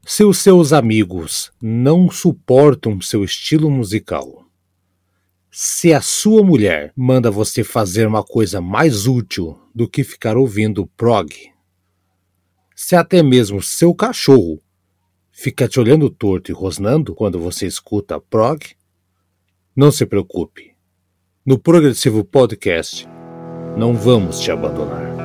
Se os seus amigos não suportam seu estilo musical, se a sua mulher manda você fazer uma coisa mais útil do que ficar ouvindo prog, se até mesmo seu cachorro fica te olhando torto e rosnando quando você escuta prog, não se preocupe. No Progressivo Podcast, não vamos te abandonar.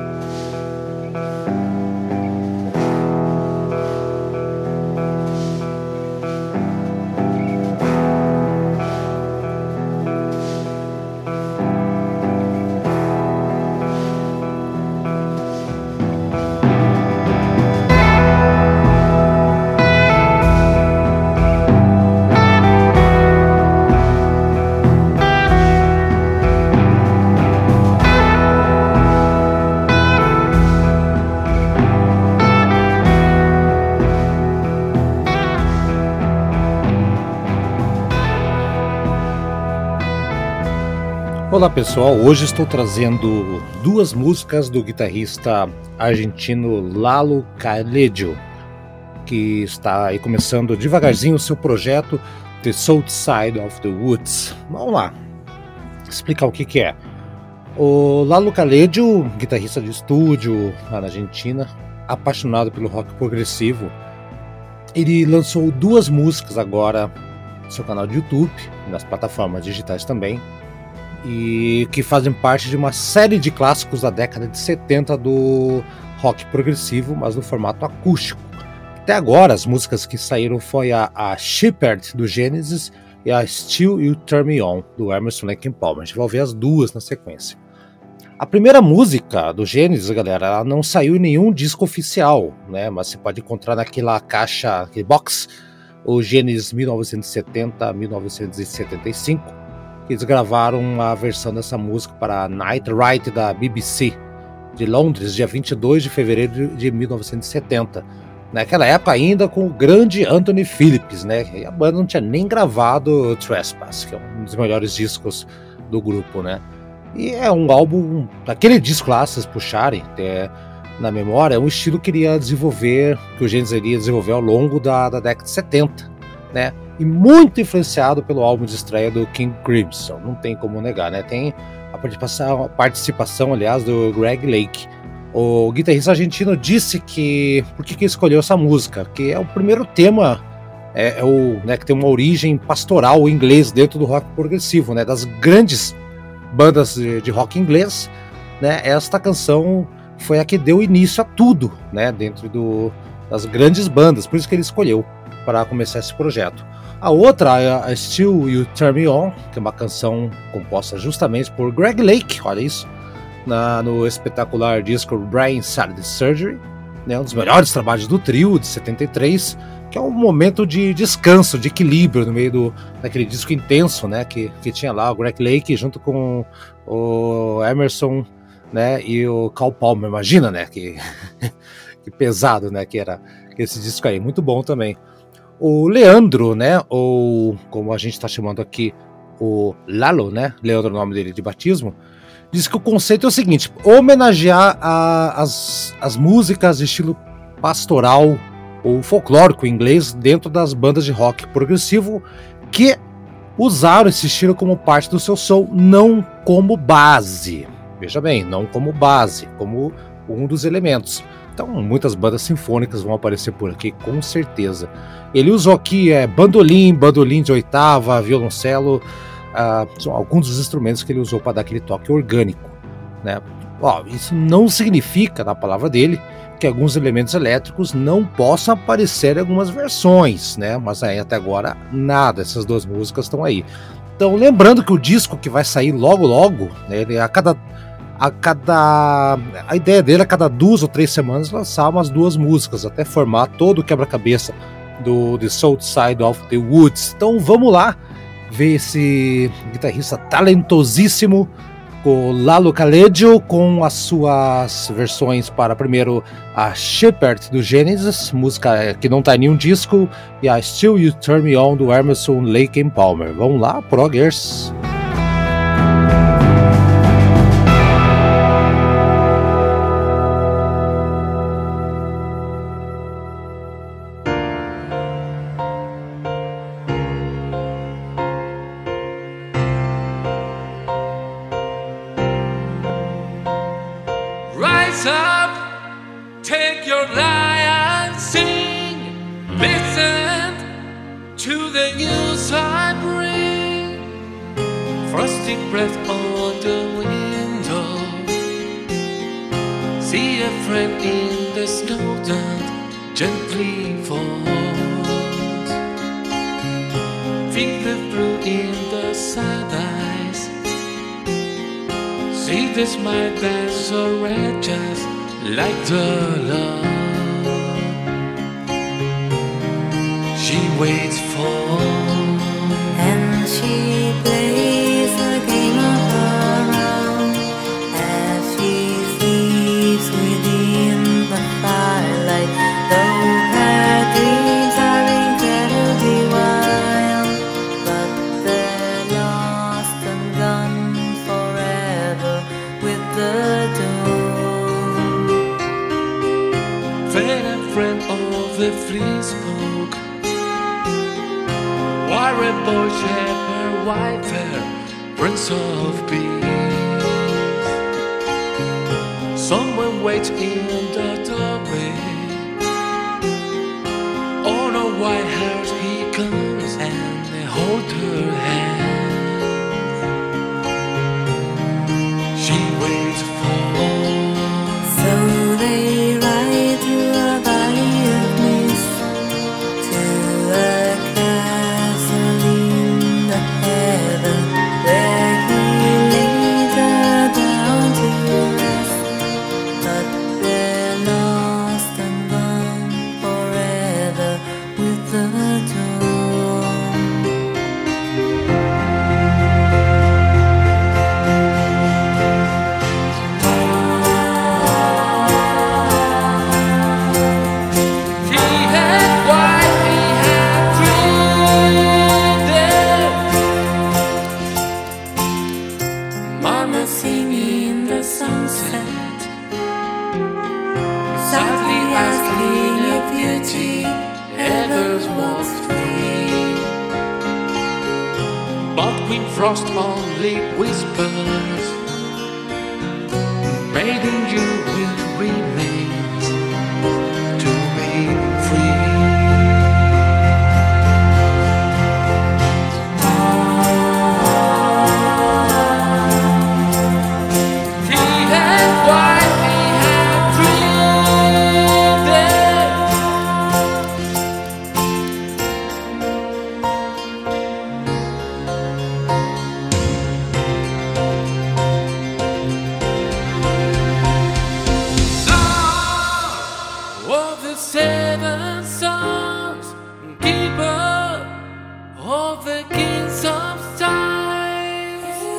Olá pessoal, hoje estou trazendo duas músicas do guitarrista argentino Lalo Caleggio, que está aí começando devagarzinho o seu projeto The South Side of the Woods. Vamos lá, explicar o que é. O Lalo Caleggio, guitarrista de estúdio lá na Argentina, apaixonado pelo rock progressivo, ele lançou duas músicas agora no seu canal de YouTube, nas plataformas digitais também, e que fazem parte de uma série de clássicos da década de 70 do rock progressivo, mas no formato acústico. Até agora, as músicas que saíram foi a Shepherd, do Genesis, e a Still You Turn Me On, do Emerson, Lake and Palmer. A gente vai ouvir as duas na sequência. A primeira música do Genesis, galera, ela não saiu em nenhum disco oficial, né? Mas você pode encontrar naquela caixa, aquele box, o Genesis 1970-1975, que eles gravaram uma versão dessa música para a Night Ride da BBC de Londres, dia 22 de fevereiro de 1970. Naquela época ainda com o grande Anthony Phillips, né? E a banda não tinha nem gravado Trespass, que é um dos melhores discos do grupo, né? E é um álbum, aquele disco lá, se vocês puxarem na memória, é um estilo que iria desenvolver, que o Genesis iria desenvolver ao longo da década de 70, né? E muito influenciado pelo álbum de estreia do King Crimson, não tem como negar, né? Tem a participação, aliás, do Greg Lake. O guitarrista argentino disse que por que escolheu essa música? Que é o primeiro tema né, que tem uma origem pastoral inglês dentro do rock progressivo, né? Das grandes bandas de rock inglês, né? Esta canção foi a que deu início a tudo, né? Dentro das grandes bandas, por isso que ele escolheu para começar esse projeto. A outra é a Still You Turn Me On, que é uma canção composta justamente por Greg Lake, olha isso, no espetacular disco Brain Side Surgery, né, um dos melhores trabalhos do trio de 73, que é um momento de descanso, de equilíbrio no meio daquele disco intenso, né, que tinha lá o Greg Lake junto com o Emerson, né, e o Carl Palmer. Imagina, né, que pesado, né, que era esse disco aí, muito bom também. O Leandro, né, ou como a gente está chamando aqui, o Lalo, né, Leandro é o nome dele de batismo, diz que o conceito é o seguinte: homenagear as músicas de estilo pastoral ou folclórico inglês dentro das bandas de rock progressivo que usaram esse estilo como parte do seu som, não como base. Veja bem, não como base, como um dos elementos. Então, muitas bandas sinfônicas vão aparecer por aqui, com certeza. Ele usou aqui bandolim de oitava, violoncelo, são alguns dos instrumentos que ele usou para dar aquele toque orgânico, né? Isso não significa, na palavra dele, que alguns elementos elétricos não possam aparecer em algumas versões, né? Mas aí, até agora, nada, essas duas músicas estão aí. Então, lembrando que o disco que vai sair logo, né, ele, a ideia dele a cada 2 ou 3 semanas lançar umas 2 músicas, até formar todo o quebra-cabeça do The South Side of the Woods. Então vamos lá ver esse guitarrista talentosíssimo, o Lalo Caleggio, com as suas versões para primeiro a Shepherd do Genesis, música que não está em nenhum disco, e a Still You Turn Me On do Emerson, Lake and Palmer. Vamos lá, proggers! deep breath on the window. See a friend in the snow that gently falls. Feel the blue in the sad eyes. See the smile that's so red, just like the love she waits for. And she plays a game of her own as she sleeps within the firelight. Though her dreams are incredibly wild, but they're lost and gone forever with the dawn. Fair and friend of the free spoke. Warrior boy, shepherd, white fair, prince of peace. Someone waits in the doorway. On a white horse he comes, and they hold her hand. She waits for. So they ride through a valley of mist to a castle in the heaven where he laid her down to rest. But they're lost and gone forever with the dawn. He had white, he had green. Mama singing in the sunset, sadly asking if beauty ever walks free. But Queen Frost only whispers, maiden, you will remain to be free. He had white, he had green there. Song of the seven sons, keeper of the kings of time.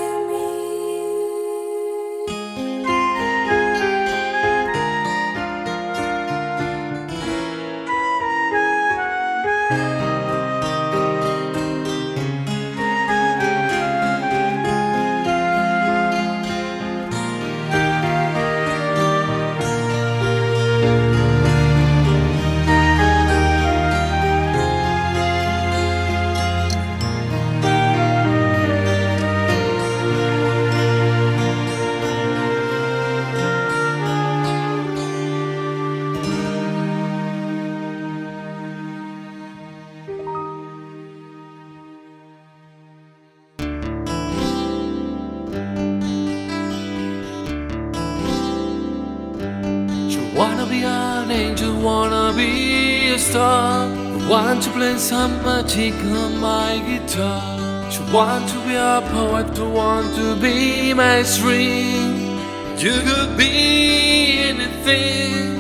Wanna be an angel, wanna be a star. Want to play some magic on my guitar. She want to be a poet, want to be my string. You could be anything.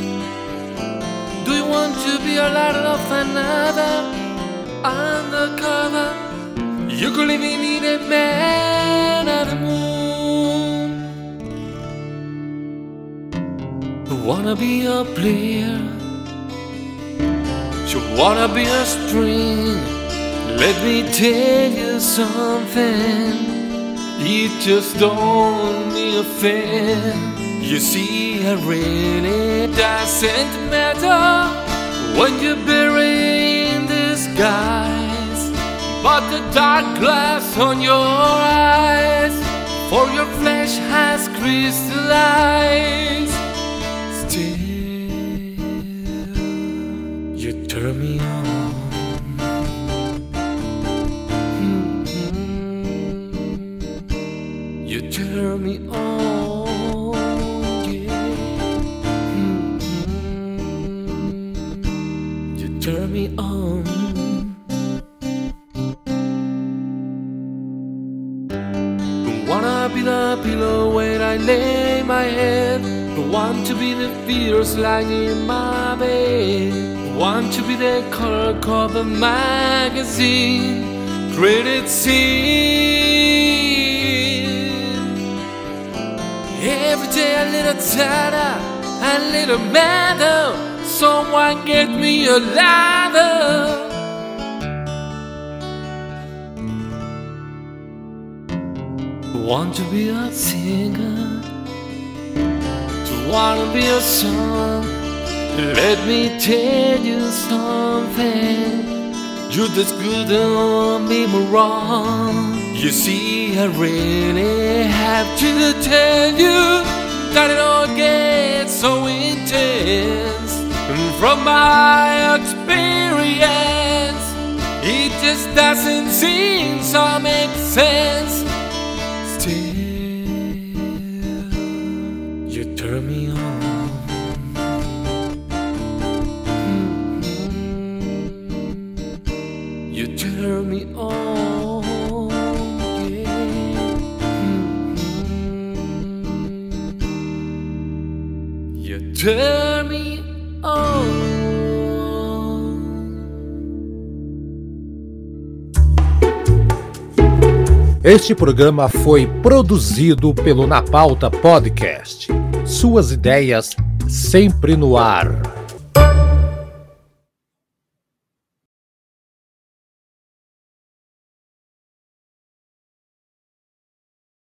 Do you want to be a lover of another? Undercover, you could live in a man of the moon. Wanna be a player, you wanna be a string. Let me tell you something, it just don't mean a thing. You see, it really doesn't matter when you're buried in disguise, but the dark glass on your eyes, for your flesh has crystallized. Still, you turn me on. turn me on. Don't wanna be the pillow where I lay my head. Don't want to be the fears lying in my bed. Don't want to be the color cover magazine credit scene. Every day a little tighter, a little madder. Someone get me a ladder. Want to be a singer, to wanna be a song. Let me tell you something. You're just good, don't be me wrong. You see, I really have to tell you that it all gets so intense. And from my experience, it just doesn't seem to make sense. Still, you turn me on. You turn me on, yeah. You turn me on. Este programa foi produzido pelo Na Pauta Podcast. Suas ideias sempre no ar.